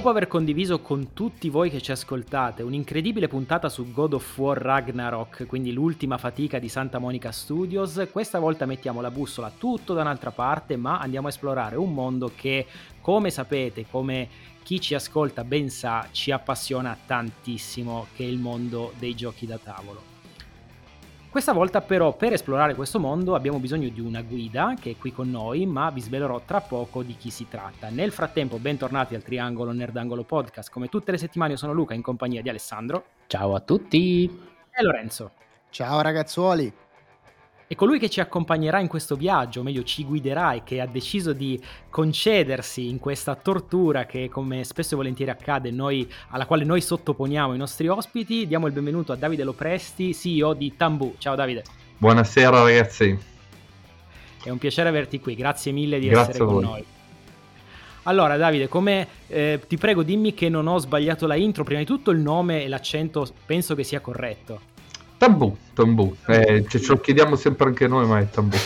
Dopo aver condiviso con tutti voi che ci ascoltate un'incredibile puntata su God of War Ragnarok, quindi l'ultima fatica di Santa Monica Studios, questa volta mettiamo la bussola tutto da un'altra parte, ma andiamo a esplorare un mondo che, come sapete, come chi ci ascolta ben sa, ci appassiona tantissimo, che è il mondo dei giochi da tavolo. Questa volta però per esplorare questo mondo abbiamo bisogno di una guida che è qui con noi, ma vi svelerò tra poco di chi si tratta. Nel frattempo, bentornati al Triangolo Nerdangolo Podcast. Come tutte le settimane io sono Luca in compagnia di Alessandro. Ciao a tutti! E Lorenzo. Ciao ragazzuoli! E colui che ci accompagnerà in questo viaggio, o meglio ci guiderà e che ha deciso di concedersi in questa tortura che, come spesso e volentieri accade, alla quale noi sottoponiamo i nostri ospiti, diamo il benvenuto a Davide Lopresti, CEO di Tambù. Ciao Davide. Buonasera ragazzi. È un piacere averti qui, grazie mille di essere con noi. Allora Davide, ti prego dimmi che non ho sbagliato la intro, prima di tutto il nome e l'accento penso che sia corretto. Tambù. Ce lo chiediamo sempre anche noi, ma è Tambù.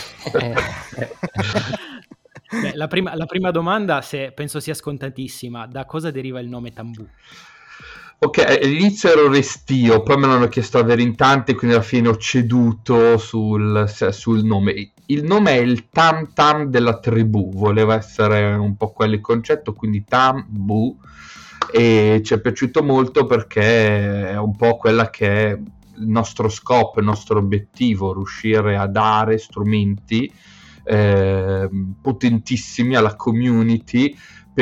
Beh, la prima domanda penso sia scontatissima. Da cosa deriva il nome Tambù? Ok, all'inizio ero restio, poi me l'hanno chiesto a avere in tanti, quindi alla fine ho ceduto sul nome. Il nome è il Tam Tam della tribù, voleva essere un po' quello il concetto, quindi Tambù, e ci è piaciuto molto perché è un po' quella che è il nostro scopo, il nostro obiettivo, riuscire a dare strumenti potentissimi alla community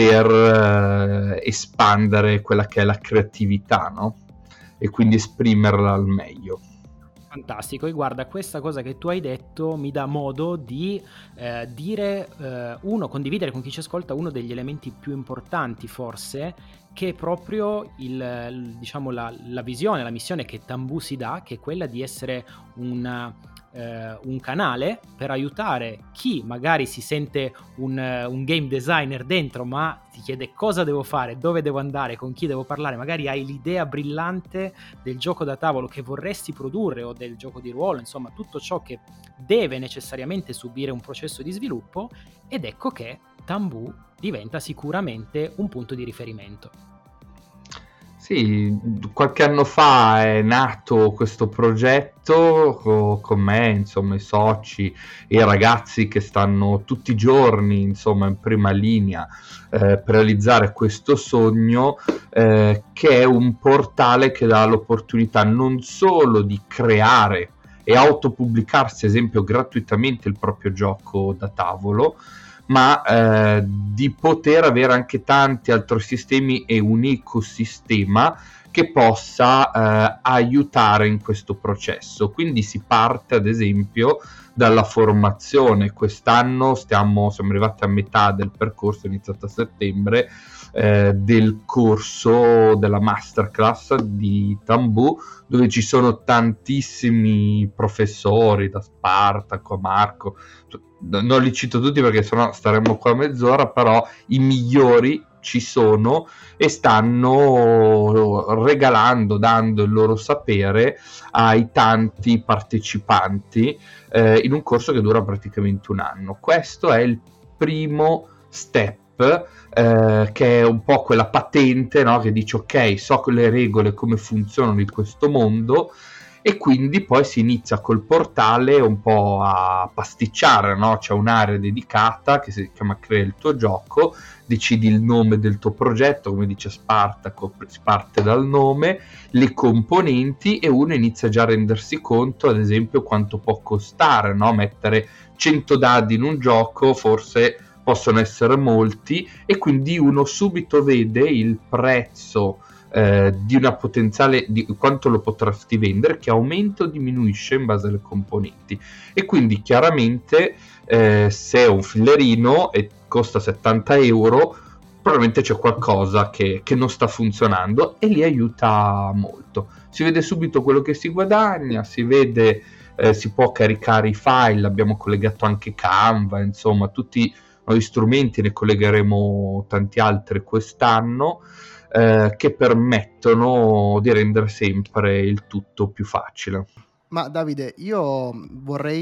per espandere quella che è la creatività, no? E quindi esprimerla al meglio. Fantastico, e guarda, questa cosa che tu hai detto mi dà modo di condividere con chi ci ascolta uno degli elementi più importanti forse, che è proprio la visione, la missione che Tambù si dà, che è quella di essere un canale per aiutare chi magari si sente un game designer dentro, ma ti chiede cosa devo fare, dove devo andare, con chi devo parlare, magari hai l'idea brillante del gioco da tavolo che vorresti produrre o del gioco di ruolo, insomma tutto ciò che deve necessariamente subire un processo di sviluppo, ed ecco che Tambù diventa sicuramente un punto di riferimento. Sì, qualche anno fa è nato questo progetto con me, insomma, i soci e i ragazzi che stanno tutti i giorni, insomma, in prima linea per realizzare questo sogno, che è un portale che dà l'opportunità non solo di creare e autopubblicarsi, ad esempio, gratuitamente il proprio gioco da tavolo, ma di poter avere anche tanti altri sistemi e un ecosistema che possa aiutare in questo processo. Quindi si parte ad esempio dalla formazione. Quest'anno siamo arrivati a metà del percorso, iniziato a settembre, del corso della masterclass di Tambù, dove ci sono tantissimi professori, da Spartaco a Marco, non li cito tutti perché sennò staremmo qua mezz'ora, però i migliori ci sono e stanno regalando, dando il loro sapere ai tanti partecipanti in un corso che dura praticamente un anno. Questo è il primo step, che è un po' quella patente, no? Che dice ok, so le regole, come funzionano di questo mondo, e quindi poi si inizia col portale un po' a pasticciare, no? C'è un'area dedicata che si chiama Crea il tuo gioco, decidi il nome del tuo progetto, come dice Spartaco, si parte dal nome, le componenti, e uno inizia già a rendersi conto, ad esempio, quanto può costare, no? Mettere 100 dadi in un gioco, forse possono essere molti, e quindi uno subito vede il prezzo di una potenziale, di quanto lo potresti vendere, che aumenta o diminuisce in base alle componenti. E quindi chiaramente se è un fillerino e costa 70 euro, probabilmente c'è qualcosa che non sta funzionando, e lì aiuta molto. Si vede subito quello che si guadagna, si vede, si può caricare i file, abbiamo collegato anche Canva, insomma tutti noi strumenti, ne collegheremo tanti altri quest'anno, che permettono di rendere sempre il tutto più facile. Ma Davide, io vorrei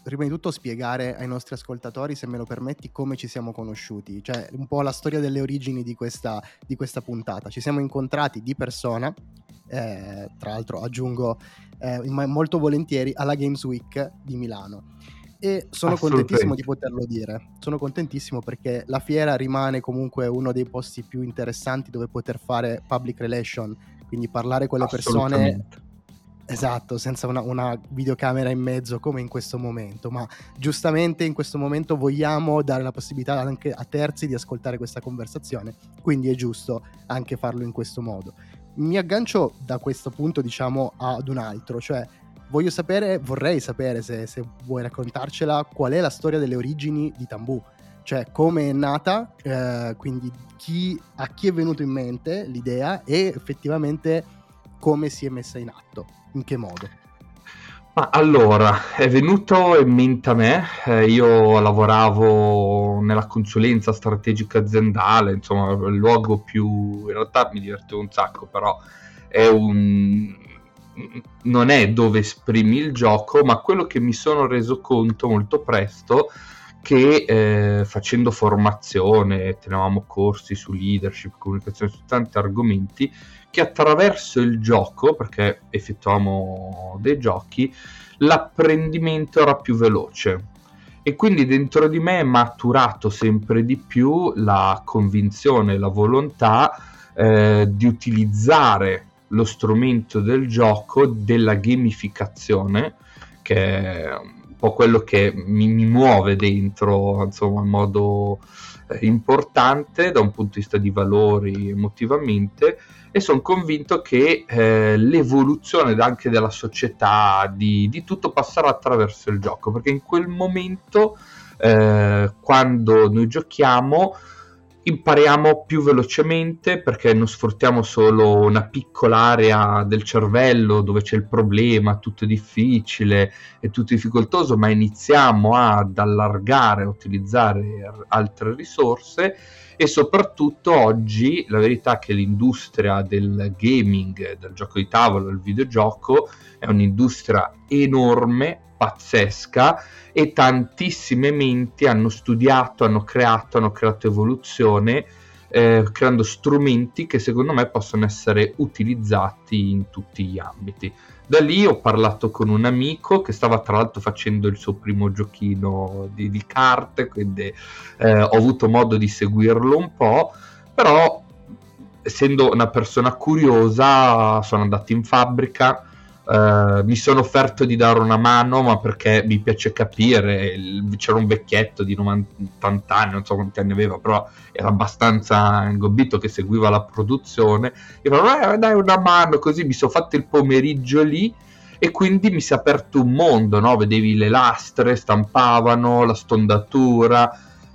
prima di tutto spiegare ai nostri ascoltatori, se me lo permetti, come ci siamo conosciuti, cioè un po' la storia delle origini di questa puntata. Ci siamo incontrati di persona, tra l'altro aggiungo molto volentieri alla Games Week di Milano, e sono contentissimo di poterlo dire. Sono contentissimo perché la fiera rimane comunque uno dei posti più interessanti dove poter fare public relation, quindi parlare con le persone, esatto, senza una videocamera in mezzo come in questo momento, ma giustamente in questo momento vogliamo dare la possibilità anche a terzi di ascoltare questa conversazione, quindi è giusto anche farlo in questo modo. Mi aggancio da questo punto, diciamo, ad un altro, cioè vorrei sapere, se vuoi raccontarcela, qual è la storia delle origini di Tambù, cioè come è nata, quindi a chi è venuto in mente l'idea e effettivamente come si è messa in atto, in che modo? Ma allora, è venuto in mente a me, io lavoravo nella consulenza strategica aziendale, insomma il luogo più, in realtà mi divertivo un sacco, però non è dove esprimi il gioco, ma quello che mi sono reso conto molto presto, che facendo formazione, tenevamo corsi su leadership, comunicazione, su tanti argomenti, che attraverso il gioco, perché effettuavamo dei giochi, l'apprendimento era più veloce, e quindi dentro di me è maturato sempre di più la convinzione, la volontà di utilizzare lo strumento del gioco, della gamificazione, che è un po' quello che mi muove dentro, insomma, in modo importante da un punto di vista di valori emotivamente, e sono convinto che l'evoluzione anche della società, di tutto, passerà attraverso il gioco, perché in quel momento, quando noi giochiamo, impariamo più velocemente, perché non sfruttiamo solo una piccola area del cervello dove c'è il problema, tutto è difficile e tutto difficoltoso, ma iniziamo ad allargare, a utilizzare altre risorse. E soprattutto oggi la verità è che l'industria del gaming, del gioco di tavolo, del videogioco, è un'industria enorme, pazzesca, e tantissime menti hanno studiato, hanno creato evoluzione, creando strumenti che secondo me possono essere utilizzati in tutti gli ambiti. Da lì ho parlato con un amico che stava tra l'altro facendo il suo primo giochino di carte, quindi ho avuto modo di seguirlo un po', però essendo una persona curiosa sono andato in fabbrica, mi sono offerto di dare una mano, ma perché mi piace capire. C'era un vecchietto di 90 anni, non so quanti anni aveva, però era abbastanza ingobbito, che seguiva la produzione. Io dicevo, dai una mano, così mi sono fatto il pomeriggio lì, e quindi mi si è aperto un mondo, no? Vedevi le lastre, stampavano, la stondatura,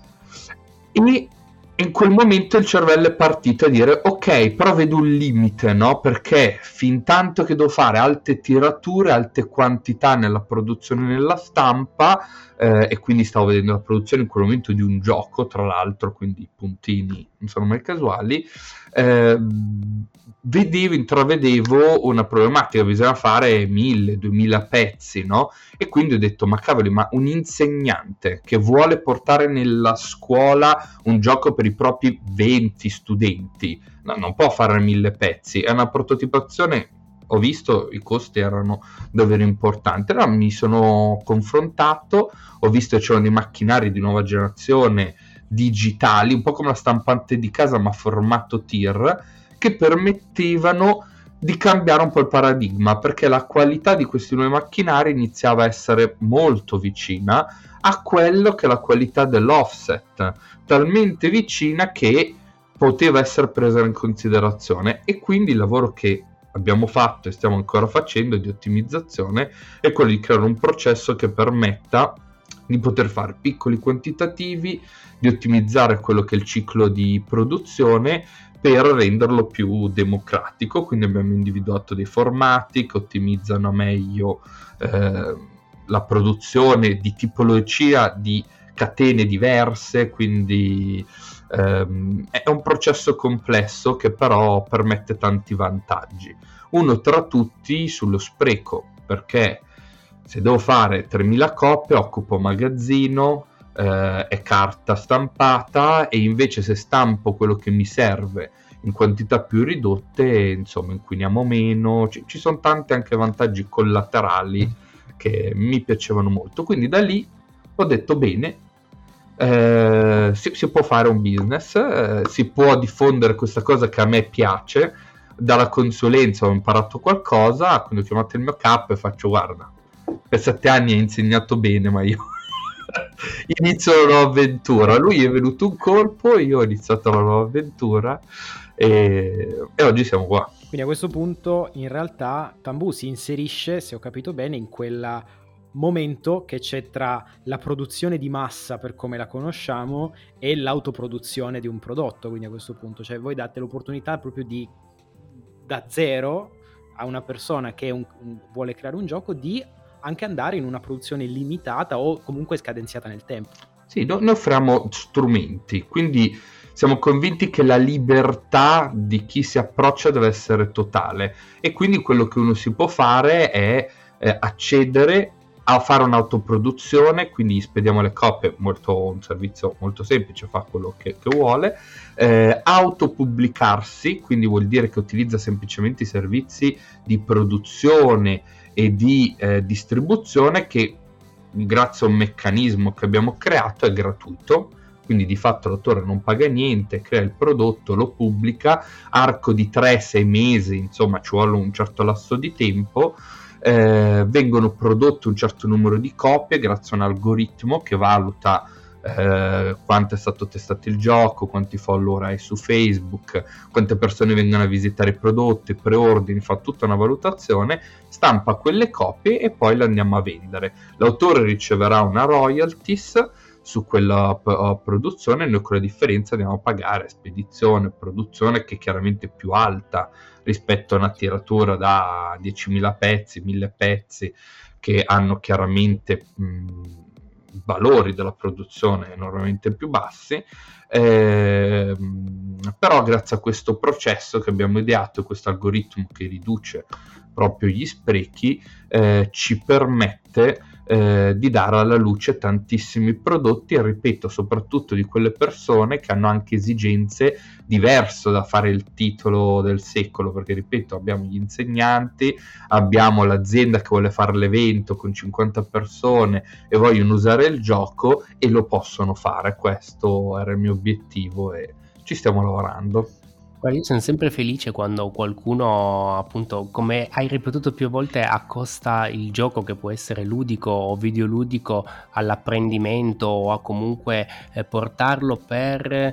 e in quel momento il cervello è partito a dire ok, però vedo un limite, no? Perché fin tanto che devo fare alte tirature, alte quantità nella produzione e nella stampa, e quindi stavo vedendo la produzione in quel momento di un gioco, tra l'altro, quindi i puntini non sono mai casuali, intravedevo una problematica, bisogna fare 1000-2000 pezzi, no? E quindi ho detto, ma cavoli, ma un insegnante che vuole portare nella scuola un gioco per i propri 20 studenti, no, non può fare 1000 pezzi, è una prototipazione. Ho visto i costi erano davvero importanti, allora mi sono confrontato, ho visto che c'erano dei macchinari di nuova generazione digitali, un po' come la stampante di casa ma formato TIR, che permettevano di cambiare un po' il paradigma, perché la qualità di questi nuovi macchinari iniziava a essere molto vicina a quello che è la qualità dell'offset, talmente vicina che poteva essere presa in considerazione. E quindi il lavoro che abbiamo fatto e stiamo ancora facendo di ottimizzazione è quello di creare un processo che permetta di poter fare piccoli quantitativi, di ottimizzare quello che è il ciclo di produzione per renderlo più democratico. Quindi abbiamo individuato dei formati che ottimizzano meglio la produzione di tipologia di catene diverse, quindi è un processo complesso che però permette tanti vantaggi. Uno tra tutti sullo spreco, perché Se devo fare 3.000 copie occupo magazzino, è carta stampata, e invece se stampo quello che mi serve in quantità più ridotte, insomma, inquiniamo meno. Ci sono tanti anche vantaggi collaterali che mi piacevano molto, quindi da lì ho detto bene, si può fare un business, si può diffondere questa cosa che a me piace. Dalla consulenza ho imparato qualcosa, quindi ho chiamato il mio capo e faccio: guarda, per 7 anni hai insegnato bene, ma io inizio la nuova avventura. Lui è venuto un colpo, io ho iniziato la nuova avventura e oggi siamo qua. Quindi a questo punto in realtà Tambù si inserisce, se ho capito bene, in quel momento che c'è tra la produzione di massa per come la conosciamo e l'autoproduzione di un prodotto. Quindi a questo punto, cioè, voi date l'opportunità proprio di, da zero, a una persona che vuole creare un gioco, di anche andare in una produzione limitata o comunque scadenziata nel tempo. Sì, noi offriamo strumenti, quindi siamo convinti che la libertà di chi si approccia deve essere totale, e quindi quello che uno si può fare è accedere a fare un'autoproduzione, quindi spediamo le copie, un servizio molto semplice, fa quello che vuole, autopubblicarsi, quindi vuol dire che utilizza semplicemente i servizi di produzione e di distribuzione, che grazie a un meccanismo che abbiamo creato è gratuito, quindi di fatto l'autore non paga niente, crea il prodotto, lo pubblica, arco di 3-6 mesi, insomma ci vuole un certo lasso di tempo, vengono prodotte un certo numero di copie grazie a un algoritmo che valuta quanto è stato testato il gioco, quanti follower hai su Facebook, quante persone vengono a visitare i prodotti, preordini, fa tutta una valutazione, stampa quelle copie e poi le andiamo a vendere. L'autore riceverà una royalties su quella produzione, noi con la differenza andiamo a pagare spedizione, produzione, che è chiaramente più alta rispetto a una tiratura da 10.000 pezzi, 1.000 pezzi, che hanno chiaramente valori della produzione enormemente più bassi, però grazie a questo processo che abbiamo ideato e questo algoritmo che riduce proprio gli sprechi, ci permette di dare alla luce tantissimi prodotti, e ripeto, soprattutto di quelle persone che hanno anche esigenze diverse da fare il titolo del secolo, perché ripeto, abbiamo gli insegnanti, abbiamo l'azienda che vuole fare l'evento con 50 persone e vogliono usare il gioco, e lo possono fare. Questo era il mio obiettivo e ci stiamo lavorando. Io sono sempre felice quando qualcuno, appunto, come hai ripetuto più volte, accosta il gioco, che può essere ludico o videoludico, all'apprendimento, o a comunque portarlo per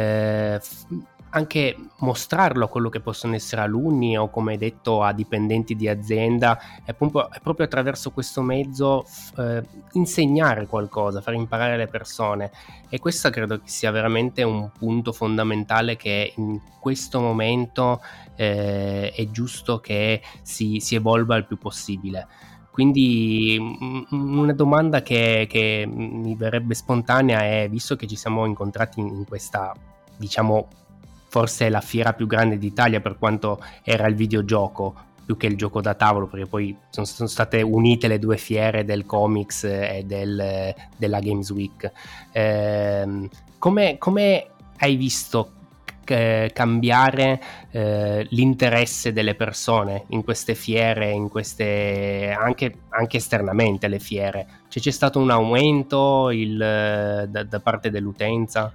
anche mostrarlo a quello che possono essere alunni o, come detto, a dipendenti di azienda. È proprio attraverso questo mezzo insegnare qualcosa, far imparare le persone, e questo credo che sia veramente un punto fondamentale, che in questo momento è giusto che si evolva il più possibile. Quindi una domanda che mi verrebbe spontanea è, visto che ci siamo incontrati in questa, diciamo, forse è la fiera più grande d'Italia per quanto era il videogioco, più che il gioco da tavolo, perché poi sono state unite le due fiere del comics e della Games Week. Come hai visto cambiare l'interesse delle persone in queste fiere, anche esternamente alle fiere? C'è stato un aumento da parte dell'utenza?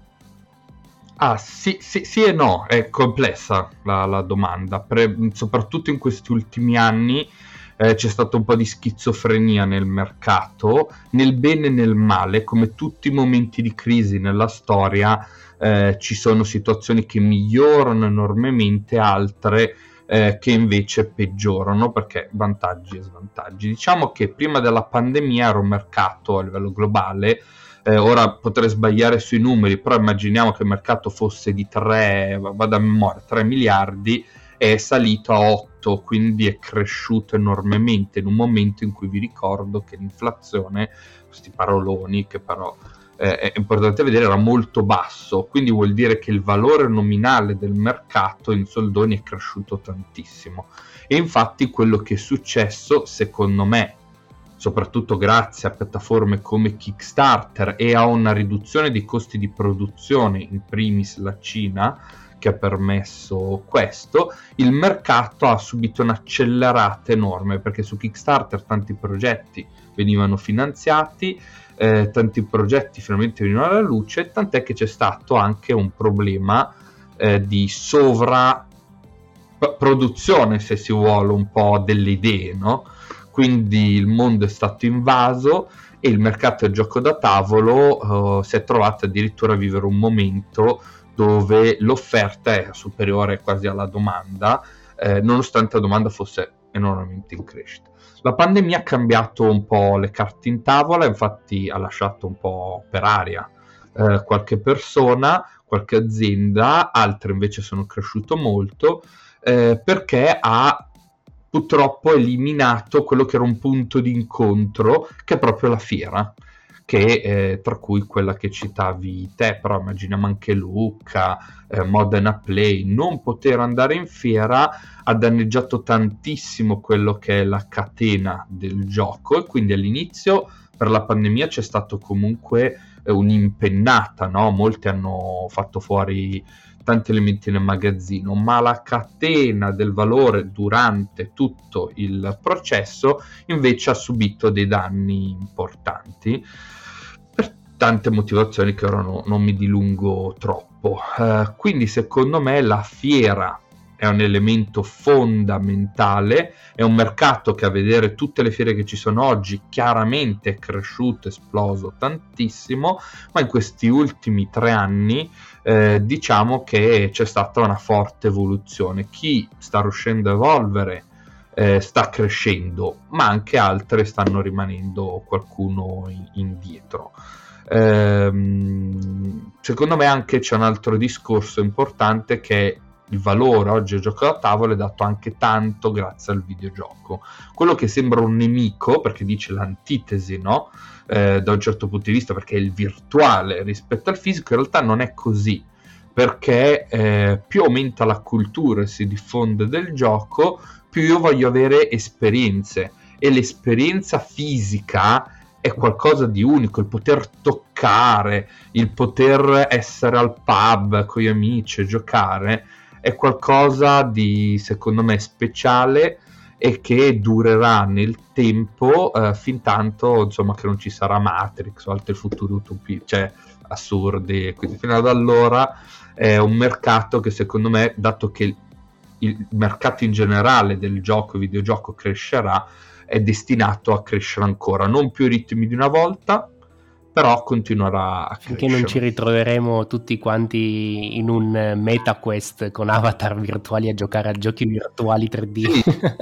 Sì e no, è complessa la domanda, soprattutto in questi ultimi anni c'è stato un po' di schizofrenia nel mercato, nel bene e nel male. Come tutti i momenti di crisi nella storia, ci sono situazioni che migliorano enormemente, altre che invece peggiorano, perché vantaggi e svantaggi. Diciamo che prima della pandemia era un mercato a livello globale, ora potrei sbagliare sui numeri, però immaginiamo che il mercato fosse di 3 miliardi, è salito a 8, quindi è cresciuto enormemente in un momento in cui vi ricordo che l'inflazione, questi paroloni che però è importante vedere, era molto basso, quindi vuol dire che il valore nominale del mercato in soldoni è cresciuto tantissimo. E infatti quello che è successo, secondo me, soprattutto grazie a piattaforme come Kickstarter e a una riduzione dei costi di produzione, in primis la Cina, che ha permesso questo, il mercato ha subito un'accelerata enorme, perché su Kickstarter tanti progetti venivano finanziati, tanti progetti finalmente venivano alla luce, tant'è che c'è stato anche un problema di sovrapproduzione, se si vuole, un po' delle idee, no? Quindi il mondo è stato invaso e il mercato del gioco da tavolo si è trovato addirittura a vivere un momento dove l'offerta è superiore quasi alla domanda, nonostante la domanda fosse enormemente in crescita. La pandemia ha cambiato un po' le carte in tavola, infatti ha lasciato un po' per aria qualche persona, qualche azienda, altre invece sono cresciute molto, perché ha purtroppo eliminato quello che era un punto di incontro, che è proprio la fiera, che tra cui quella che citavi te, però immaginiamo anche Lucca, Modena Play. Non poter andare in fiera ha danneggiato tantissimo quello che è la catena del gioco, e quindi all'inizio per la pandemia c'è stato comunque un'impennata, no? Molti hanno fatto fuori tanti elementi nel magazzino, ma la catena del valore durante tutto il processo invece ha subito dei danni importanti, per tante motivazioni che ora non mi dilungo troppo. Quindi secondo me la fiera è un elemento fondamentale, è un mercato che, a vedere tutte le fiere che ci sono oggi, chiaramente è cresciuto, esploso tantissimo, ma in questi ultimi 3 anni diciamo che c'è stata una forte evoluzione. Chi sta riuscendo a evolvere sta crescendo, ma anche altre stanno rimanendo qualcuno indietro. Secondo me anche c'è un altro discorso importante, che il valore oggi del gioco da tavolo è dato anche tanto grazie al videogioco. Quello che sembra un nemico, perché dice l'antitesi, no? Da un certo punto di vista, perché è il virtuale rispetto al fisico, in realtà non è così, perché più aumenta la cultura e si diffonde del gioco, più io voglio avere esperienze, e l'esperienza fisica è qualcosa di unico. Il poter toccare, il poter essere al pub con gli amici e giocare è qualcosa di, secondo me, speciale, e che durerà nel tempo fin tanto, insomma, che non ci sarà Matrix o altri futuri utopie, cioè assurdi. Quindi fino ad allora è un mercato che, secondo me, dato che il mercato in generale del gioco e videogioco crescerà, è destinato a crescere ancora, non più ai ritmi di una volta, però continuerà a crescere. Finché non ci ritroveremo tutti quanti in un MetaQuest con avatar virtuali a giocare a giochi virtuali 3D. Sì.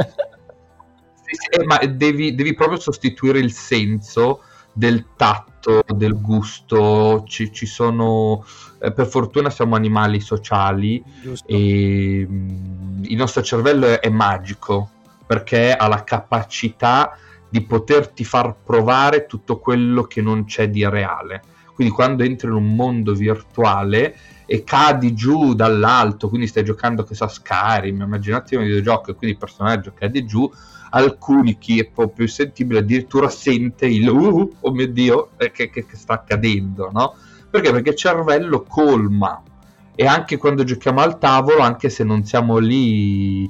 Sì, ma devi proprio sostituire il senso del tatto, del gusto. Ci sono, per fortuna siamo animali sociali. Giusto. E il nostro cervello è magico, perché ha la capacità di poterti far provare tutto quello che non c'è di reale. Quindi quando entri in un mondo virtuale e cadi giù dall'alto, quindi stai giocando, che so, Skyrim, immaginate un videogioco e quindi il personaggio cade giù, alcuni, chi è proprio sensibile, addirittura sente il oh mio Dio, che sta accadendo, no? Perché? Perché il cervello colma, e anche quando giochiamo al tavolo, anche se non siamo lì,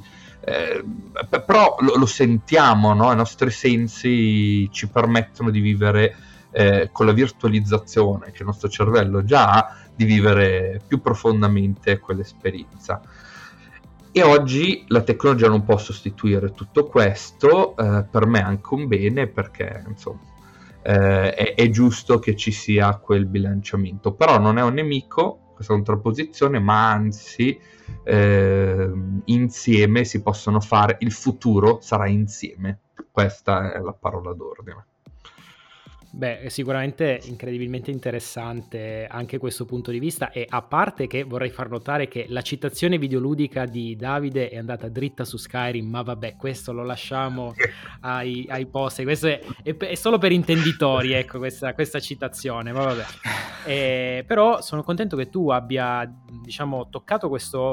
però lo sentiamo, no? I nostri sensi ci permettono di vivere con la virtualizzazione che il nostro cervello già ha, di vivere più profondamente quell'esperienza. E oggi la tecnologia non può sostituire tutto questo, per me è anche un bene, perché insomma è giusto che ci sia quel bilanciamento, però non è un nemico questa contrapposizione, ma anzi insieme si possono fare, il futuro sarà insieme, questa è la parola d'ordine. Beh, è sicuramente incredibilmente interessante anche questo punto di vista, e a parte che vorrei far notare che la citazione videoludica di Davide è andata dritta su Skyrim, ma vabbè, questo lo lasciamo ai post, questo è solo per intenditori, ecco, questa citazione, ma vabbè. Però sono contento che tu abbia, diciamo, toccato questo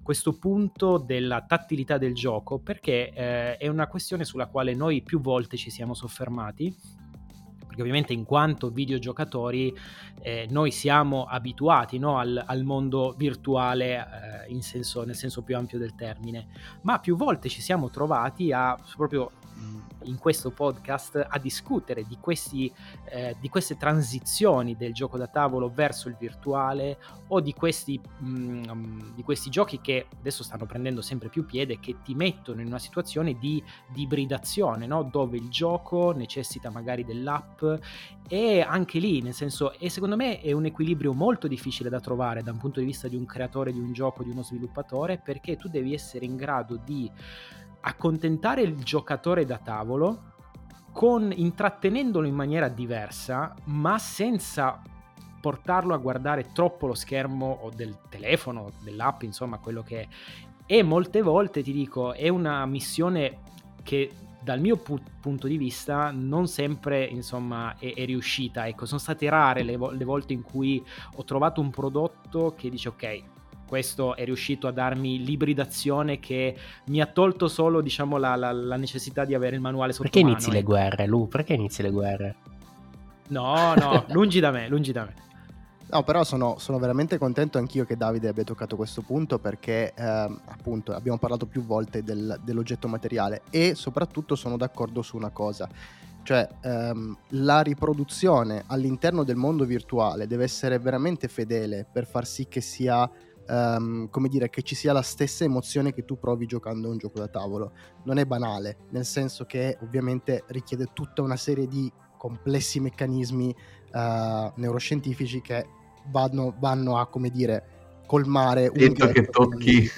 questo punto della tattilità del gioco, perché è una questione sulla quale noi più volte ci siamo soffermati, perché ovviamente in quanto videogiocatori noi siamo abituati, no, al mondo virtuale nel senso più ampio del termine, ma più volte ci siamo trovati proprio in questo podcast a discutere di queste transizioni del gioco da tavolo verso il virtuale, o di questi giochi che adesso stanno prendendo sempre più piede, che ti mettono in una situazione di ibridazione, no? Dove il gioco necessita magari dell'app, e anche lì, nel senso, e secondo me è un equilibrio molto difficile da trovare da un punto di vista di un creatore di un gioco, di uno sviluppatore, perché tu devi essere in grado di accontentare il giocatore da tavolo intrattenendolo in maniera diversa, ma senza portarlo a guardare troppo lo schermo o del telefono, dell'app, insomma quello che è. E molte volte, ti dico, è una missione che dal mio punto di vista non sempre, insomma, è riuscita. Ecco, sono state rare le volte in cui ho trovato un prodotto che dice ok, questo è riuscito a darmi l'ibridazione che mi ha tolto solo, diciamo, la necessità di avere il manuale sotto Perché mano. inizi le guerre, Lu? Perché inizi le guerre? No, lungi da me. No, però sono veramente contento anch'io che Davide abbia toccato questo punto, perché appunto abbiamo parlato più volte dell'oggetto materiale, e soprattutto sono d'accordo su una cosa, cioè la riproduzione all'interno del mondo virtuale deve essere veramente fedele per far sì che sia come dire, che ci sia la stessa emozione che tu provi giocando a un gioco da tavolo. Non è banale, nel senso che ovviamente richiede tutta una serie di complessi meccanismi neuroscientifici che vanno a, come dire, colmare un gap. Che tocchi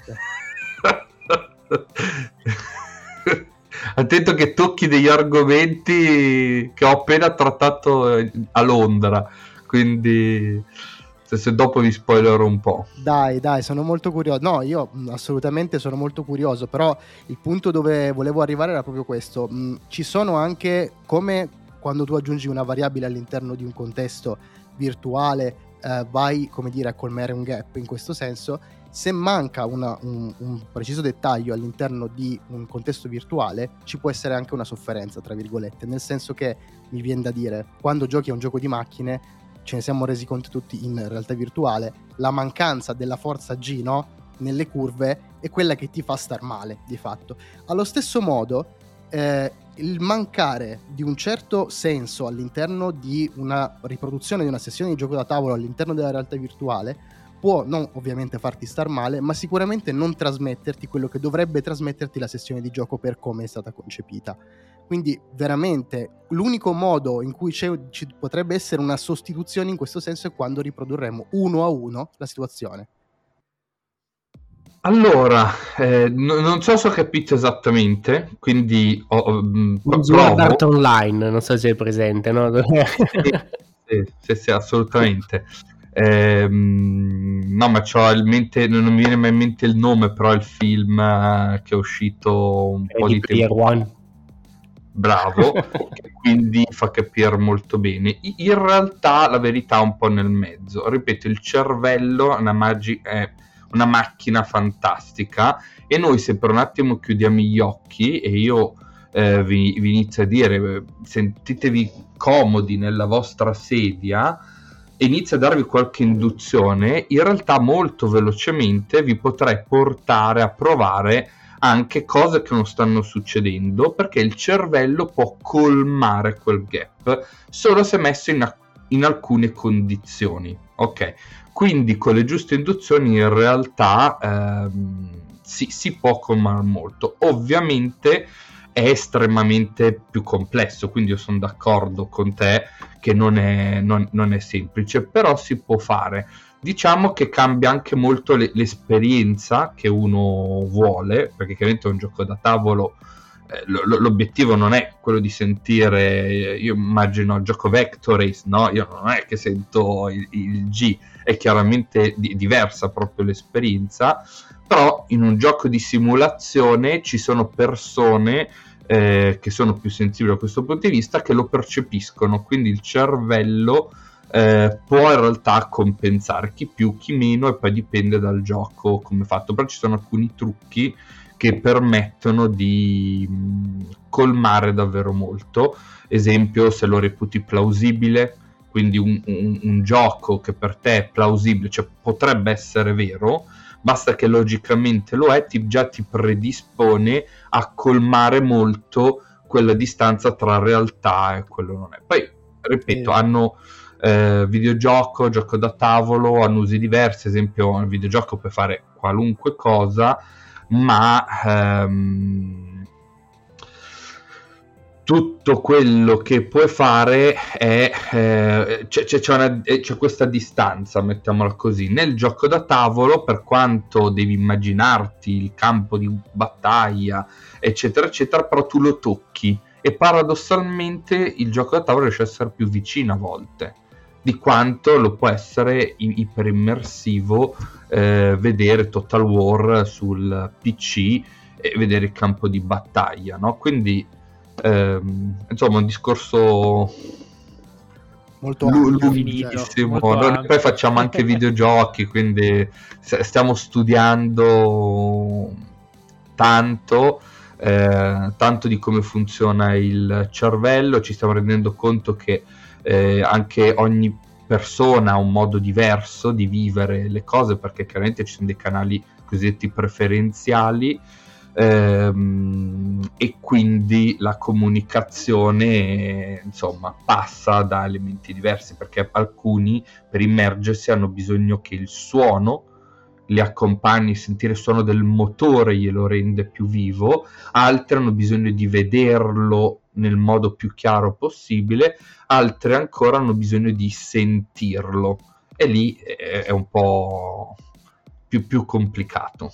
attento che tocchi degli argomenti che ho appena trattato a Londra, quindi se dopo vi spoilerò un po'. Dai, sono molto curioso. No, io assolutamente sono molto curioso, però il punto dove volevo arrivare era proprio questo. Ci sono anche, come quando tu aggiungi una variabile all'interno di un contesto virtuale, vai, come dire, a colmare un gap. In questo senso, se manca un preciso dettaglio all'interno di un contesto virtuale, ci può essere anche una sofferenza, tra virgolette, nel senso che, mi viene da dire, quando giochi a un gioco di macchine, ce ne siamo resi conto tutti in realtà virtuale, la mancanza della forza G, no, nelle curve è quella che ti fa star male, di fatto. Allo stesso modo, il mancare di un certo senso all'interno di una riproduzione di una sessione di gioco da tavolo all'interno della realtà virtuale può non ovviamente farti star male, ma sicuramente non trasmetterti quello che dovrebbe trasmetterti la sessione di gioco per come è stata concepita. Quindi veramente l'unico modo in cui ci potrebbe essere una sostituzione in questo senso è quando riprodurremo uno a uno la situazione. Allora, non so se ho capito esattamente, quindi Sword Online, non so se è presente, no? Sì, assolutamente. No, ma c'ho in mente, non mi viene mai in mente il nome, però il film che è uscito un po' di tempo fa. Bravo, quindi fa capire molto bene. In realtà la verità è un po' nel mezzo. Ripeto, il cervello è una macchina fantastica, e noi, se per un attimo chiudiamo gli occhi, e io vi inizio a dire, sentitevi comodi nella vostra sedia e inizio a darvi qualche induzione, in realtà molto velocemente vi potrei portare a provare anche cose che non stanno succedendo, perché il cervello può colmare quel gap solo se messo in alcune condizioni, ok? Quindi con le giuste induzioni in realtà si può colmare molto. Ovviamente è estremamente più complesso, quindi io sono d'accordo con te che non è semplice, però si può fare. Diciamo che cambia anche molto l'esperienza che uno vuole, perché chiaramente è un gioco da tavolo, l'obiettivo non è quello di sentire, io immagino il gioco Vector Race, no? Io non è che sento il G, è chiaramente diversa proprio l'esperienza, però in un gioco di simulazione ci sono persone che sono più sensibili da questo punto di vista, che lo percepiscono, quindi il cervello può in realtà compensare, chi più chi meno, e poi dipende dal gioco come è fatto, però ci sono alcuni trucchi che permettono di colmare davvero molto. Esempio, se lo reputi plausibile, quindi un gioco che per te è plausibile, cioè potrebbe essere vero, basta che logicamente lo è, già ti predispone a colmare molto quella distanza tra realtà e quello non è. Poi, ripeto, hanno videogioco, gioco da tavolo, hanno usi diversi. Esempio, il videogioco puoi fare qualunque cosa, ma tutto quello che puoi fare è c'è questa distanza, mettiamola così. Nel gioco da tavolo, per quanto devi immaginarti il campo di battaglia eccetera eccetera, però tu lo tocchi, e paradossalmente il gioco da tavolo riesce a essere più vicino a volte di quanto lo può essere iperimmersivo vedere Total War sul PC e vedere il campo di battaglia, no? Quindi insomma un discorso molto lunghissimo. Noi poi facciamo anche videogiochi, quindi stiamo studiando tanto di come funziona il cervello. Ci stiamo rendendo conto che anche ogni persona ha un modo diverso di vivere le cose, perché chiaramente ci sono dei canali cosiddetti preferenziali, e quindi la comunicazione insomma passa da elementi diversi, perché alcuni per immergersi hanno bisogno che il suono li accompagni, sentire il suono del motore glielo rende più vivo, altri hanno bisogno di vederlo nel modo più chiaro possibile, altri ancora hanno bisogno di sentirlo, e lì è un po' più complicato.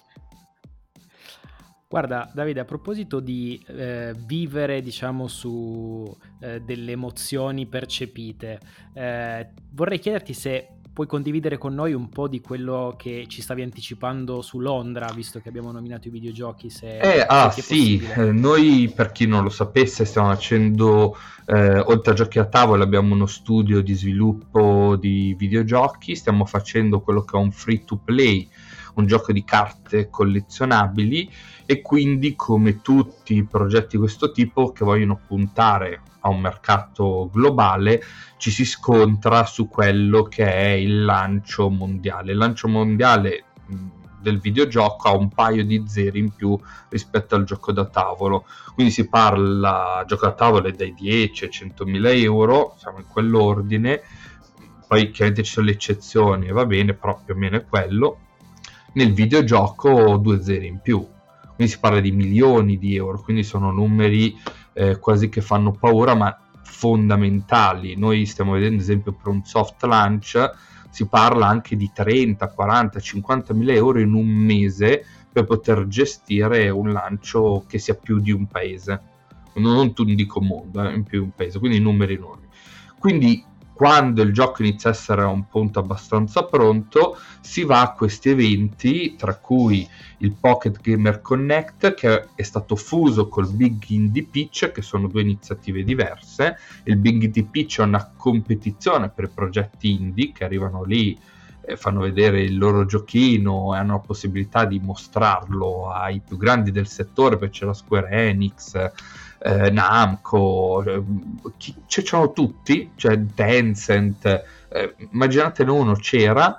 Guarda Davide, a proposito di vivere diciamo su delle emozioni percepite, vorrei chiederti se puoi condividere con noi un po' di quello che ci stavi anticipando su Londra, visto che abbiamo nominato i videogiochi. Sì, noi, per chi non lo sapesse, stiamo facendo, oltre a giochi a tavola, abbiamo uno studio di sviluppo di videogiochi, stiamo facendo quello che è un free to play, un gioco di carte collezionabili, e quindi come tutti i progetti di questo tipo che vogliono puntare a un mercato globale, ci si scontra su quello che è il lancio mondiale. Il lancio mondiale del videogioco ha un paio di zeri in più rispetto al gioco da tavolo, quindi si parla, gioco da tavolo è dai 10 ai 100.000 euro, siamo in quell'ordine, poi chiaramente ci sono le eccezioni e va bene, però più o meno è quello. Nel videogioco 2 zeri in più, quindi si parla di milioni di euro, quindi sono numeri quasi che fanno paura, ma fondamentali. Noi stiamo vedendo, ad esempio, per un soft launch si parla anche di 30, 40, 50.000 euro in un mese per poter gestire un lancio che sia più di un paese, non dico mondo, in più di un paese, quindi numeri enormi. Quindi quando il gioco inizia a essere a un punto abbastanza pronto, si va a questi eventi, tra cui il Pocket Gamer Connect, che è stato fuso col Big Indie Pitch, che sono due iniziative diverse. Il Big Indie Pitch è una competizione per i progetti indie che arrivano lì, fanno vedere il loro giochino e hanno la possibilità di mostrarlo ai più grandi del settore, perché c'è la Square Enix, Namco, c'erano tutti, cioè Tencent, immaginatene uno c'era,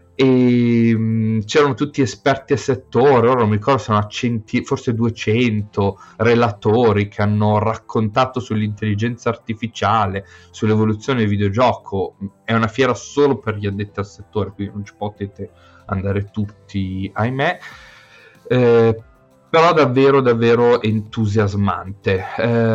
e c'erano tutti esperti a settore. Ora non mi ricordo, sono forse 200 relatori che hanno raccontato sull'intelligenza artificiale, sull'evoluzione del videogioco. È una fiera solo per gli addetti al settore, quindi non ci potete andare tutti, ahimè, però davvero entusiasmante.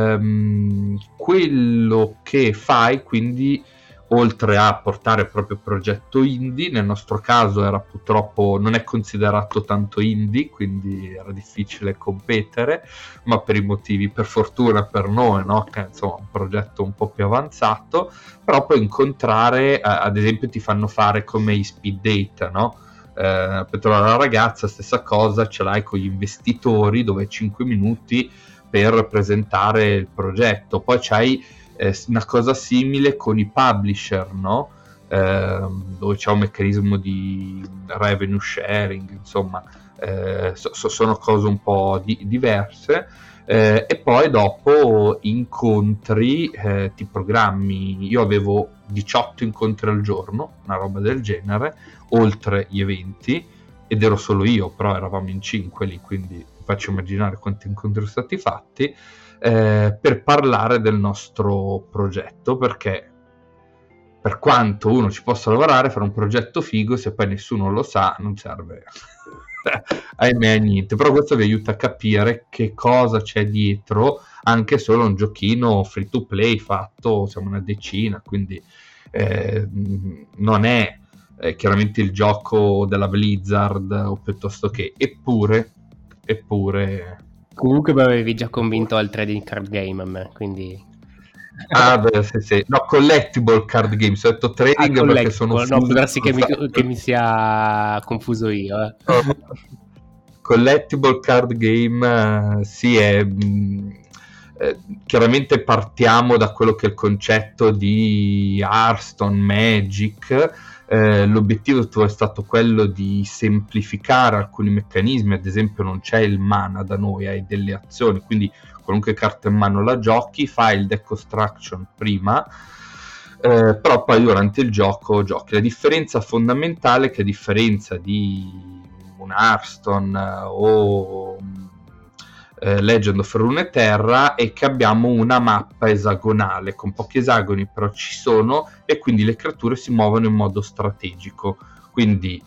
Quello che fai, quindi, oltre a portare il proprio progetto indie, nel nostro caso era purtroppo non è considerato tanto indie, quindi era difficile competere, ma per i motivi, per fortuna per noi, no? Che insomma un progetto un po' più avanzato, però puoi incontrare, ad esempio ti fanno fare come i speed date, no? Per trovare la ragazza, stessa cosa, ce l'hai con gli investitori, dove hai 5 minuti per presentare il progetto, poi c'hai una cosa simile con i publisher, no? Dove c'è un meccanismo di revenue sharing, insomma, sono cose un po' diverse. E poi dopo incontri, ti programmi. Io avevo 18 incontri al giorno, una roba del genere, oltre gli eventi, ed ero solo io, però eravamo in 5 lì, quindi faccio immaginare quanti incontri sono stati fatti, per parlare del nostro progetto, perché per quanto uno ci possa lavorare, fare un progetto figo, se poi nessuno lo sa, non serve ahimè a niente. Però questo vi aiuta a capire che cosa c'è dietro anche solo un giochino free to play fatto, siamo una decina, quindi non è chiaramente il gioco della Blizzard o piuttosto che, eppure comunque mi avevi già convinto al trading card game a me, quindi sì. No, collectible card game, ho detto trading perché sono no, può darsi che mi sia confuso io. Collectible card game, sì, è chiaramente partiamo da quello che è il concetto di Hearthstone, Magic. L'obiettivo è stato quello di semplificare alcuni meccanismi, ad esempio non c'è il mana da noi, hai delle azioni, quindi qualunque carta in mano la giochi, fai il deck construction prima, però poi durante il gioco giochi. La differenza fondamentale è che, a differenza di un Hearthstone o Legend of Runeterra, è che abbiamo una mappa esagonale con pochi esagoni, però ci sono, e quindi le creature si muovono in modo strategico, quindi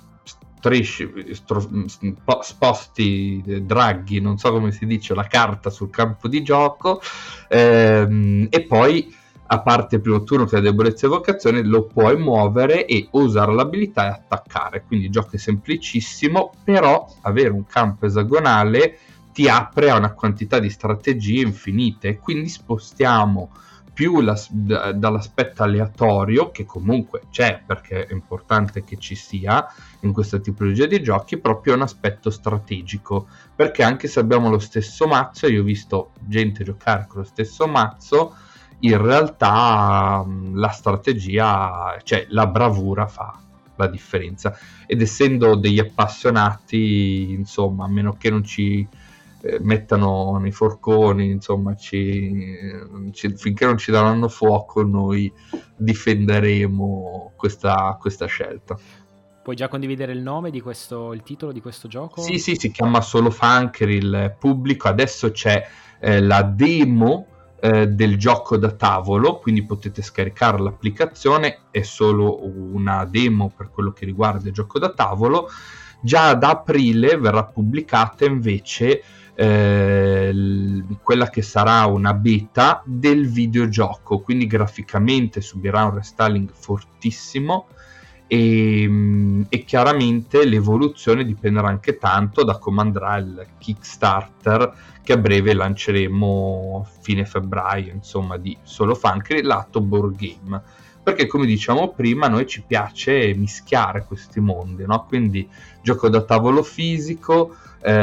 sposti, draghi, non so come si dice, la carta sul campo di gioco, e poi, a parte il primo turno che è debolezza e evocazione, lo puoi muovere e usare l'abilità e attaccare. Quindi il gioco è semplicissimo, però avere un campo esagonale ti apre a una quantità di strategie infinite, quindi spostiamo più dall'aspetto aleatorio, che comunque c'è perché è importante che ci sia in questa tipologia di giochi, proprio un aspetto strategico, perché anche se abbiamo lo stesso mazzo, io ho visto gente giocare con lo stesso mazzo, in realtà la strategia, cioè la bravura fa la differenza, ed essendo degli appassionati, insomma, a meno che non ci mettano nei forconi, insomma, finché non ci daranno fuoco, noi difenderemo questa scelta. Puoi già condividere il nome di il titolo di questo gioco? Sì, si chiama solo Funker il pubblico. Adesso c'è la demo del gioco da tavolo, quindi potete scaricare l'applicazione, è solo una demo per quello che riguarda il gioco da tavolo. Già ad aprile verrà pubblicata invece quella che sarà una beta del videogioco, quindi graficamente subirà un restyling fortissimo, e chiaramente l'evoluzione dipenderà anche tanto da come andrà il Kickstarter, che a breve lanceremo fine febbraio, insomma, di Solo Funker lato board game, perché, come diciamo prima, a noi ci piace mischiare questi mondi, no? Quindi gioco da tavolo fisico,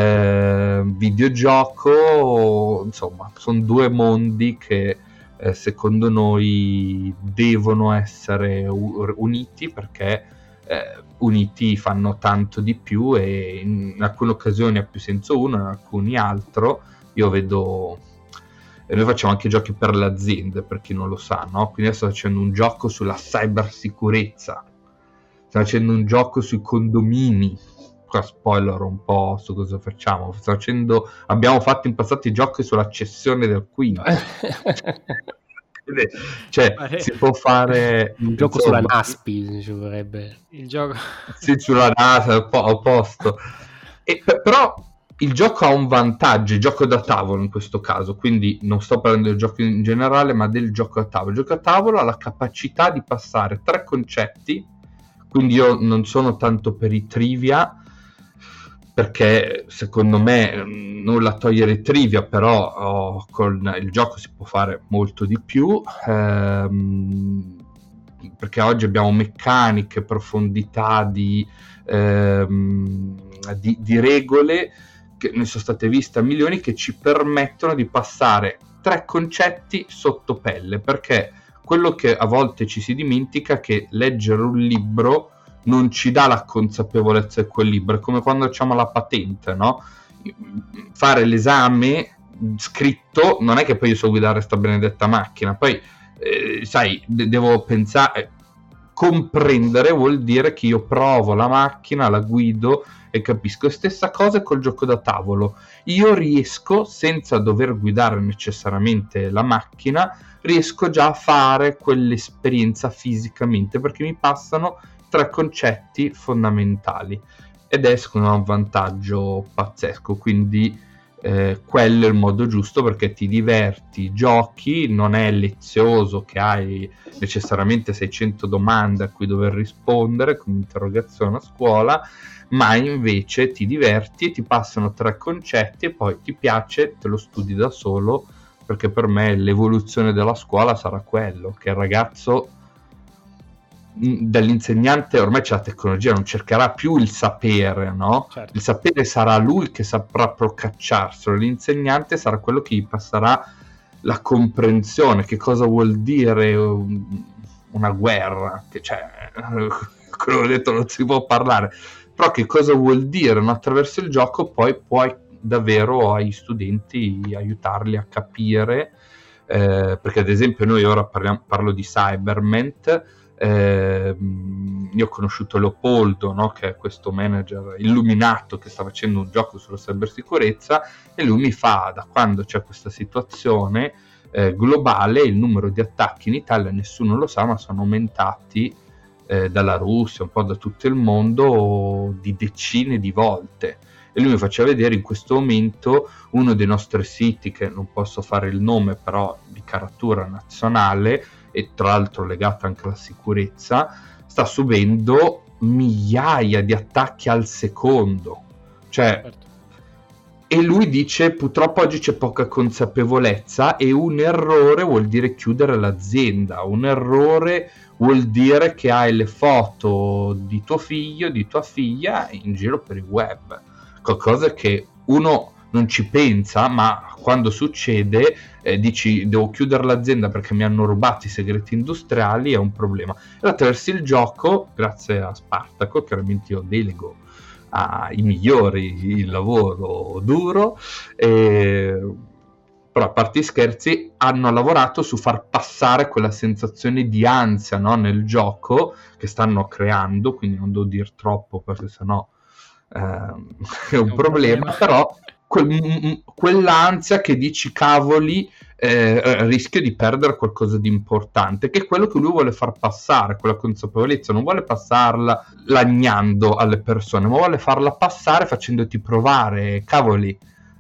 videogioco, insomma, sono due mondi che secondo noi devono essere uniti, perché uniti fanno tanto di più, e in alcune occasioni ha più senso uno, in alcuni altro. Io vedo, noi facciamo anche giochi per le aziende, per chi non lo sa, no? Quindi adesso sto facendo un gioco sulla cybersicurezza, sto facendo un gioco sui condomini. Qua spoiler un po' su cosa facciamo. Abbiamo fatto in passato i giochi sulla cessione del quinto. Cioè, si può fare un gioco sulla NASPI, ci vorrebbe il gioco. Sì, sulla NASA, a posto. Però il gioco ha un vantaggio, il gioco da tavolo in questo caso, quindi non sto parlando del gioco in generale, ma del gioco a tavolo. Il gioco a tavolo ha la capacità di passare 3 concetti, quindi io non sono tanto per i trivia, perché secondo me nulla togliere trivia, però con il gioco si può fare molto di più, perché oggi abbiamo meccaniche, profondità di regole che ne sono state viste a milioni, che ci permettono di passare 3 concetti sotto pelle, perché quello che a volte ci si dimentica è che leggere un libro non ci dà la consapevolezza di quel libro, è come quando facciamo la patente, no? Fare l'esame scritto non è che poi io so guidare sta benedetta macchina, poi sai, devo pensare, comprendere vuol dire che io provo la macchina, la guido e capisco. Stessa cosa col gioco da tavolo, io riesco, senza dover guidare necessariamente la macchina, riesco già a fare quell'esperienza fisicamente, perché mi passano 3 concetti fondamentali, ed è secondo me un vantaggio pazzesco. Quindi quello è il modo giusto, perché ti diverti, giochi, non è lezioso che hai necessariamente 600 domande a cui dover rispondere come interrogazione a scuola, ma invece ti diverti e ti passano 3 concetti e poi ti piace, te lo studi da solo, perché per me l'evoluzione della scuola sarà quello, che il ragazzo dall'insegnante, ormai c'è la tecnologia, non cercherà più il sapere, no? Certo. Il sapere sarà lui che saprà procacciarselo, l'insegnante sarà quello che gli passerà la comprensione, che cosa vuol dire una guerra, che cioè, quello che ho detto non si può parlare, però che cosa vuol dire, no? Attraverso il gioco poi puoi davvero agli studenti aiutarli a capire, perché ad esempio noi ora parlo di Cyberment. Io ho conosciuto Leopoldo, no? Che è questo manager illuminato che sta facendo un gioco sulla cybersicurezza, e lui mi fa, da quando c'è questa situazione globale, il numero di attacchi in Italia, nessuno lo sa, ma sono aumentati dalla Russia, un po' da tutto il mondo, di decine di volte. E lui mi faceva vedere in questo momento uno dei nostri siti, che non posso fare il nome, però di caratura nazionale e tra l'altro legato anche alla sicurezza, sta subendo migliaia di attacchi al secondo, cioè, certo. E lui dice purtroppo oggi c'è poca consapevolezza, e un errore vuol dire chiudere l'azienda, un errore vuol dire che hai le foto di tuo figlio, di tua figlia in giro per il web, qualcosa che uno non ci pensa, ma quando succede dici devo chiudere l'azienda perché mi hanno rubato i segreti industriali, è un problema. E attraverso il gioco, grazie a Spartaco, chiaramente io delego ai migliori il lavoro duro, però a parte i scherzi hanno lavorato su far passare quella sensazione di ansia, no, nel gioco che stanno creando, quindi non devo dire troppo perché sennò è un problema, però quell'ansia che dici cavoli, rischio di perdere qualcosa di importante, che è quello che lui vuole far passare, quella consapevolezza. Non vuole passarla lagnando alle persone, ma vuole farla passare facendoti provare, cavoli,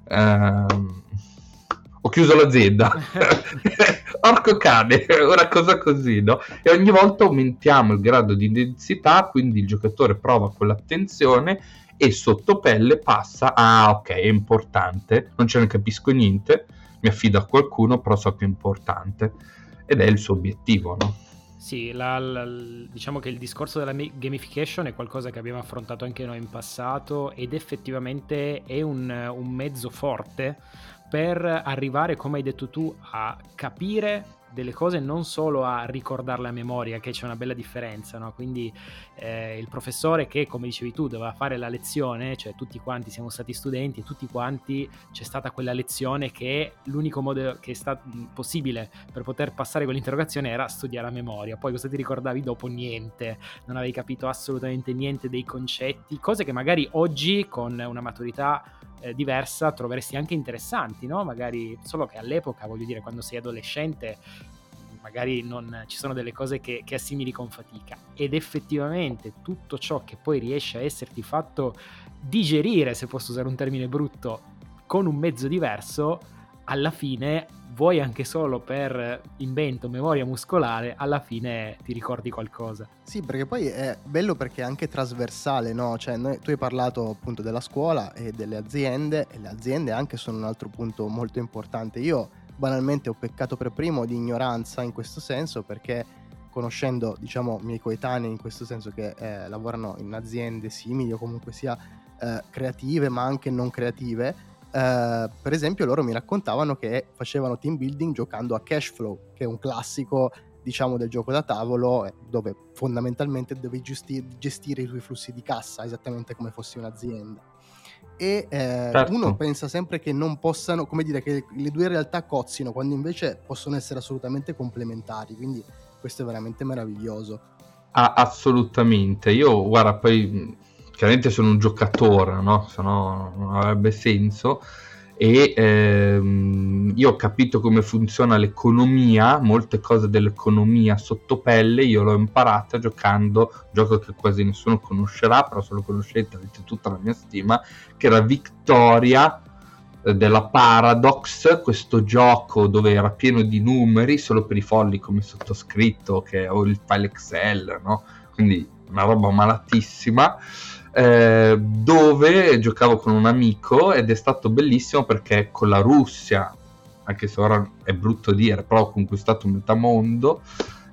ho chiuso l'azienda, orco cane, una cosa così, no? E ogni volta aumentiamo il grado di intensità, quindi il giocatore prova quell'attenzione e sotto pelle passa ok, è importante, non ce ne capisco niente, mi affido a qualcuno, però so che è importante, ed è il suo obiettivo, no? Sì, diciamo che il discorso della gamification è qualcosa che abbiamo affrontato anche noi in passato, ed effettivamente è un mezzo forte per arrivare, come hai detto tu, a capire delle cose, non solo a ricordarle a memoria, che c'è una bella differenza, no? Quindi il professore che, come dicevi tu, doveva fare la lezione, cioè tutti quanti siamo stati studenti e tutti quanti c'è stata quella lezione che l'unico modo che è stato possibile per poter passare quell'interrogazione era studiare a memoria. Poi cosa ti ricordavi dopo? Niente, non avevi capito assolutamente niente dei concetti, cose che magari oggi con una maturità diversa troveresti anche interessanti, no? Magari, solo che all'epoca, voglio dire, quando sei adolescente magari non ci sono delle cose che assimili con fatica, ed effettivamente tutto ciò che poi riesce a esserti fatto digerire, se posso usare un termine brutto, con un mezzo diverso, alla fine, vuoi anche solo per invento, memoria muscolare, alla fine ti ricordi qualcosa. Sì, perché poi è bello perché è anche trasversale, no? Cioè tu hai parlato appunto della scuola e delle aziende, e le aziende anche sono un altro punto molto importante. Io banalmente ho peccato per primo di ignoranza in questo senso, perché conoscendo, diciamo, miei coetanei in questo senso che lavorano in aziende simili o comunque sia creative ma anche non creative, per esempio loro mi raccontavano che facevano team building giocando a Cashflow, che è un classico, diciamo, del gioco da tavolo, dove fondamentalmente devi gestire i tuoi flussi di cassa esattamente come fossi un'azienda. E Certo. uno pensa sempre che non possano, come dire, che le due realtà cozzino, quando invece possono essere assolutamente complementari, quindi questo è veramente meraviglioso. Assolutamente. Io, guarda, poi chiaramente sono un giocatore, no? Se no non avrebbe senso. E io ho capito come funziona l'economia, molte cose dell'economia sotto pelle io l'ho imparata giocando un gioco che quasi nessuno conoscerà, però se lo conoscete avete tutta la mia stima, che era Victoria della Paradox, questo gioco dove era pieno di numeri solo per i folli come sottoscritto, che ho il file Excel, no? Quindi una roba malatissima, dove giocavo con un amico ed è stato bellissimo perché con la Russia, anche se ora è brutto dire, però ho conquistato metà mondo,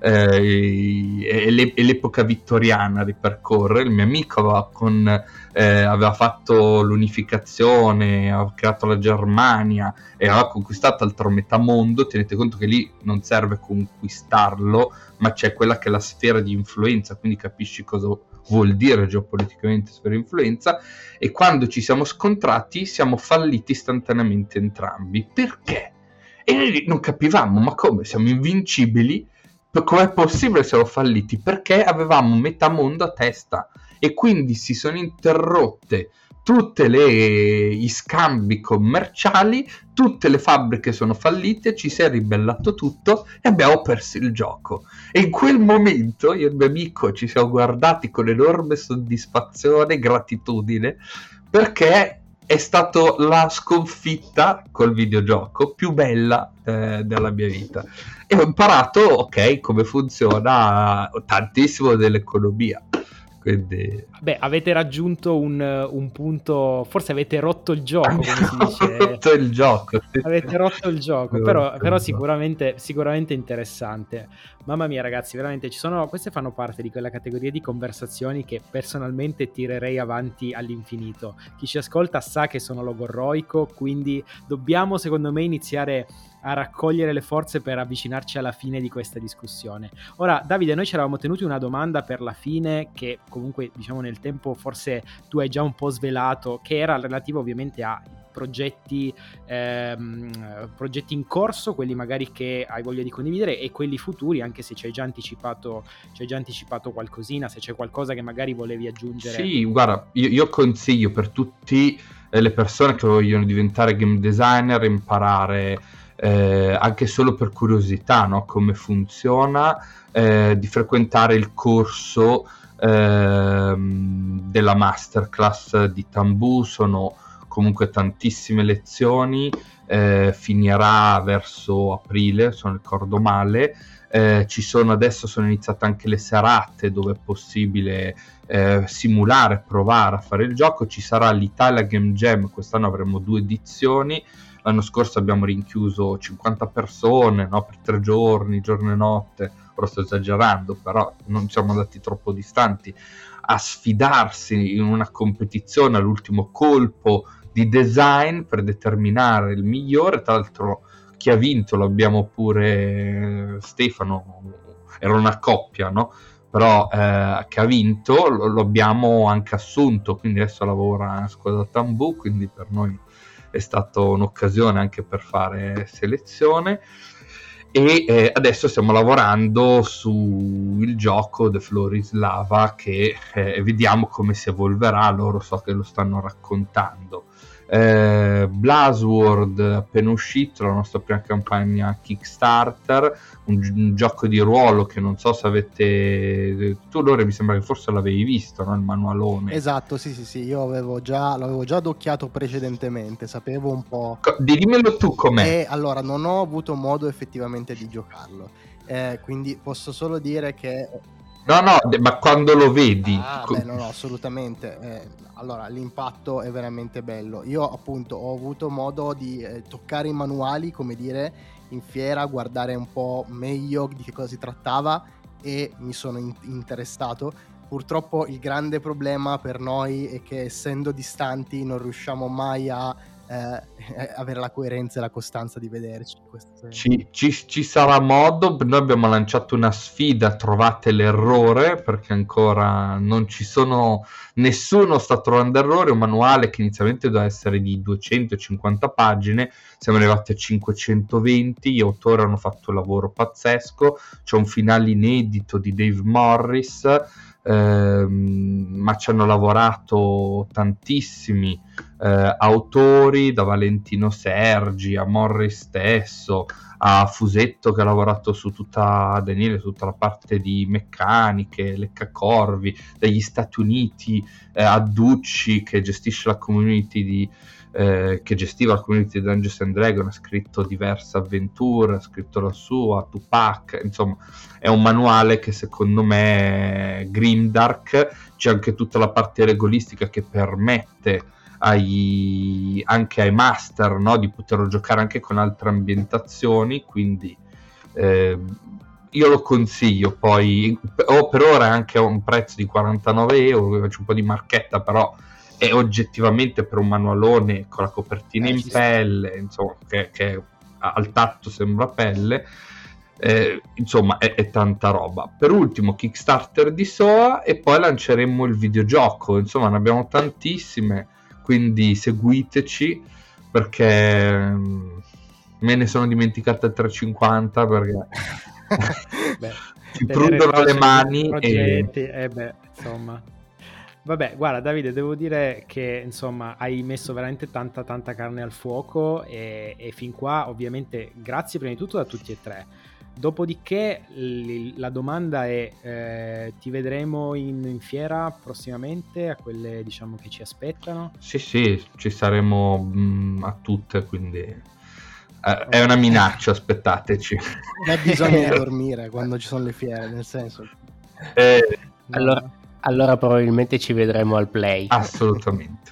e l'epoca vittoriana ripercorre. Il mio amico aveva fatto l'unificazione, aveva creato la Germania e aveva conquistato altro metà mondo. Tenete conto che lì non serve conquistarlo, ma c'è quella che è la sfera di influenza, quindi capisci cosa vuol dire geopoliticamente sfera di influenza. E quando ci siamo scontrati siamo falliti istantaneamente entrambi. Perché? E noi non capivamo, ma come? Siamo invincibili? Com'è possibile siamo falliti? Perché avevamo metà mondo a testa e quindi si sono interrotte tutti gli scambi commerciali, tutte le fabbriche sono fallite, ci si è ribellato tutto e abbiamo perso il gioco. E in quel momento io e il mio amico ci siamo guardati con enorme soddisfazione e gratitudine, perché è stata la sconfitta col videogioco più bella della mia vita. E ho imparato, ok, come funziona tantissimo dell'economia. Quindi... Beh, avete raggiunto un punto, forse avete rotto il gioco, come si dice. Rotto il gioco. Avete rotto il gioco, però sicuramente interessante. Mamma mia ragazzi, veramente queste fanno parte di quella categoria di conversazioni che personalmente tirerei avanti all'infinito. Chi ci ascolta sa che sono logorroico, quindi dobbiamo secondo me iniziare a raccogliere le forze per avvicinarci alla fine di questa discussione. Ora Davide, noi ci eravamo tenuti una domanda per la fine che comunque diciamo nel tempo forse tu hai già un po' svelato, che era relativa ovviamente a progetti in corso, quelli magari che hai voglia di condividere e quelli futuri, anche se ci hai già anticipato qualcosina, se c'è qualcosa che magari volevi aggiungere. Sì, guarda, io consiglio per tutti le persone che vogliono diventare game designer, imparare anche solo per curiosità, no? Come funziona, di frequentare il corso della masterclass di Tambù. Sono comunque tantissime lezioni, finirà verso aprile se non ricordo male. Adesso sono iniziate anche le serate dove è possibile simulare, provare a fare il gioco. Ci sarà l'Italia Game Jam, quest'anno avremo 2 edizioni. L'anno scorso abbiamo rinchiuso 50 persone, no, per 3 giorni, giorno e notte. Ora sto esagerando, però non siamo andati troppo distanti, a sfidarsi in una competizione all'ultimo colpo di design per determinare il migliore. Tra l'altro chi ha vinto l'abbiamo pure Stefano, era una coppia, no? Però che ha vinto lo abbiamo anche assunto, quindi adesso lavora a Squadra Tambù, quindi per noi è stata un'occasione anche per fare selezione. E adesso stiamo lavorando sul gioco The Floor is Lava, che vediamo come si evolverà. Loro so che lo stanno raccontando. Blazworld, appena uscito, la nostra prima campagna Kickstarter, un gioco di ruolo che non so se avete tu, Lore, mi sembra che forse l'avevi visto, no? Il manualone. Esatto, sì, io l'avevo già adocchiato precedentemente, sapevo un po'. Dimmelo tu com'è. Allora, non ho avuto modo effettivamente di giocarlo, quindi posso solo dire che No, ma quando lo vedi? No, assolutamente. Allora, l'impatto è veramente bello. Io appunto ho avuto modo di toccare i manuali, come dire, in fiera, guardare un po' meglio di che cosa si trattava e mi sono interessato. Purtroppo il grande problema per noi è che essendo distanti non riusciamo mai a avere la coerenza e la costanza di vederci. Ci sarà modo. Noi abbiamo lanciato una sfida, trovate l'errore, perché ancora non ci sono, nessuno sta trovando errore. Un manuale che inizialmente doveva essere di 250 pagine, siamo arrivati a 520, gli autori hanno fatto un lavoro pazzesco, c'è un finale inedito di Dave Morris, ma ci hanno lavorato tantissimi autori, da Valentino Sergi a Morris stesso, a Fusetto che ha lavorato su tutta la parte di meccaniche, Leccacorvi, dagli Stati Uniti, a Ducci che gestisce la community che gestiva la community di Dungeons and Dragons, ha scritto diverse avventure, ha scritto la sua, Tupac, insomma è un manuale che secondo me è grimdark. C'è anche tutta la parte regolistica che permette anche ai master, no, di poterlo giocare anche con altre ambientazioni, quindi io lo consiglio. Poi per ora è anche a un prezzo di 49€, faccio un po' di marchetta, però è oggettivamente, per un manualone con la copertina in pelle, insomma, che al tatto sembra pelle, insomma è tanta roba. Per ultimo Kickstarter di SOA e poi lanceremo il videogioco, insomma ne abbiamo tantissime, quindi seguiteci, perché me ne sono dimenticato 350 perché ci prudono le mani insomma. Vabbè, guarda Davide, devo dire che insomma hai messo veramente tanta carne al fuoco e fin qua ovviamente grazie prima di tutto da tutti e tre. Dopodiché la domanda è, ti vedremo in fiera prossimamente, a quelle diciamo che ci aspettano? Sì, ci saremo a tutte, quindi è una minaccia, aspettateci. Non ha bisogno di dormire quando ci sono le fiere, nel senso... Allora probabilmente ci vedremo al Play. Assolutamente.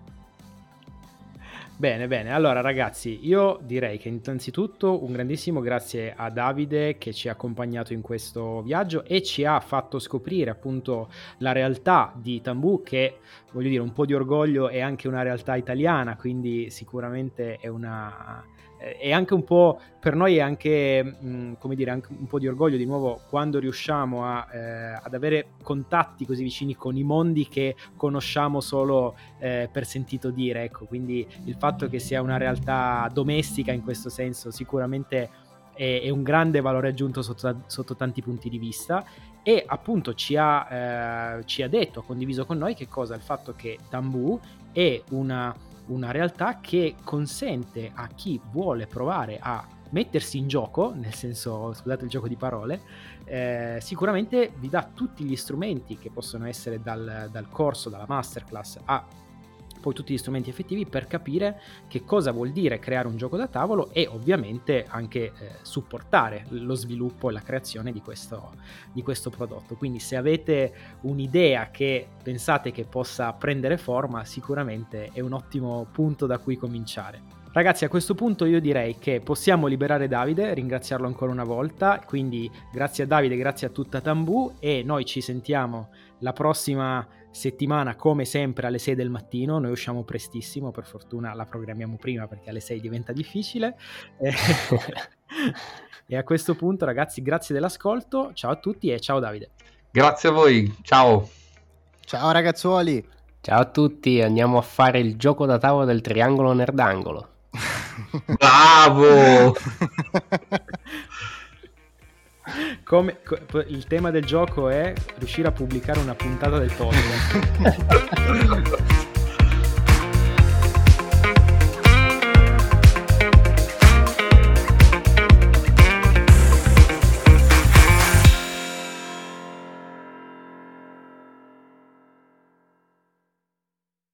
Bene, allora ragazzi, io direi che innanzitutto un grandissimo grazie a Davide che ci ha accompagnato in questo viaggio e ci ha fatto scoprire appunto la realtà di Tambù, che voglio dire un po' di orgoglio è anche una realtà italiana, quindi sicuramente è anche un po' per noi, è anche come dire, anche un po' di orgoglio di nuovo quando riusciamo ad avere contatti così vicini con i mondi che conosciamo solo per sentito dire, ecco. Quindi il fatto che sia una realtà domestica in questo senso sicuramente è un grande valore aggiunto sotto tanti punti di vista. E appunto ci ha detto, ha condiviso con noi che cosa? Il fatto che Tambù è una realtà che consente a chi vuole provare a mettersi in gioco, nel senso, scusate il gioco di parole, sicuramente vi dà tutti gli strumenti che possono essere dal corso, dalla masterclass a poi tutti gli strumenti effettivi per capire che cosa vuol dire creare un gioco da tavolo e ovviamente anche supportare lo sviluppo e la creazione di questo prodotto. Quindi se avete un'idea che pensate che possa prendere forma, sicuramente è un ottimo punto da cui cominciare. Ragazzi, a questo punto io direi che possiamo liberare Davide, ringraziarlo ancora una volta, quindi grazie a Davide, grazie a tutta Tambù, e noi ci sentiamo la prossima settimana come sempre alle 6 del mattino. Noi usciamo prestissimo, per fortuna la programmiamo prima perché alle 6 diventa difficile. E a questo punto ragazzi, grazie dell'ascolto, ciao a tutti e ciao Davide. Grazie a voi, ciao ragazzuoli, ciao a tutti, andiamo a fare il gioco da tavolo del triangolo nerdangolo. Bravo. Il tema del gioco è riuscire a pubblicare una puntata del podcast.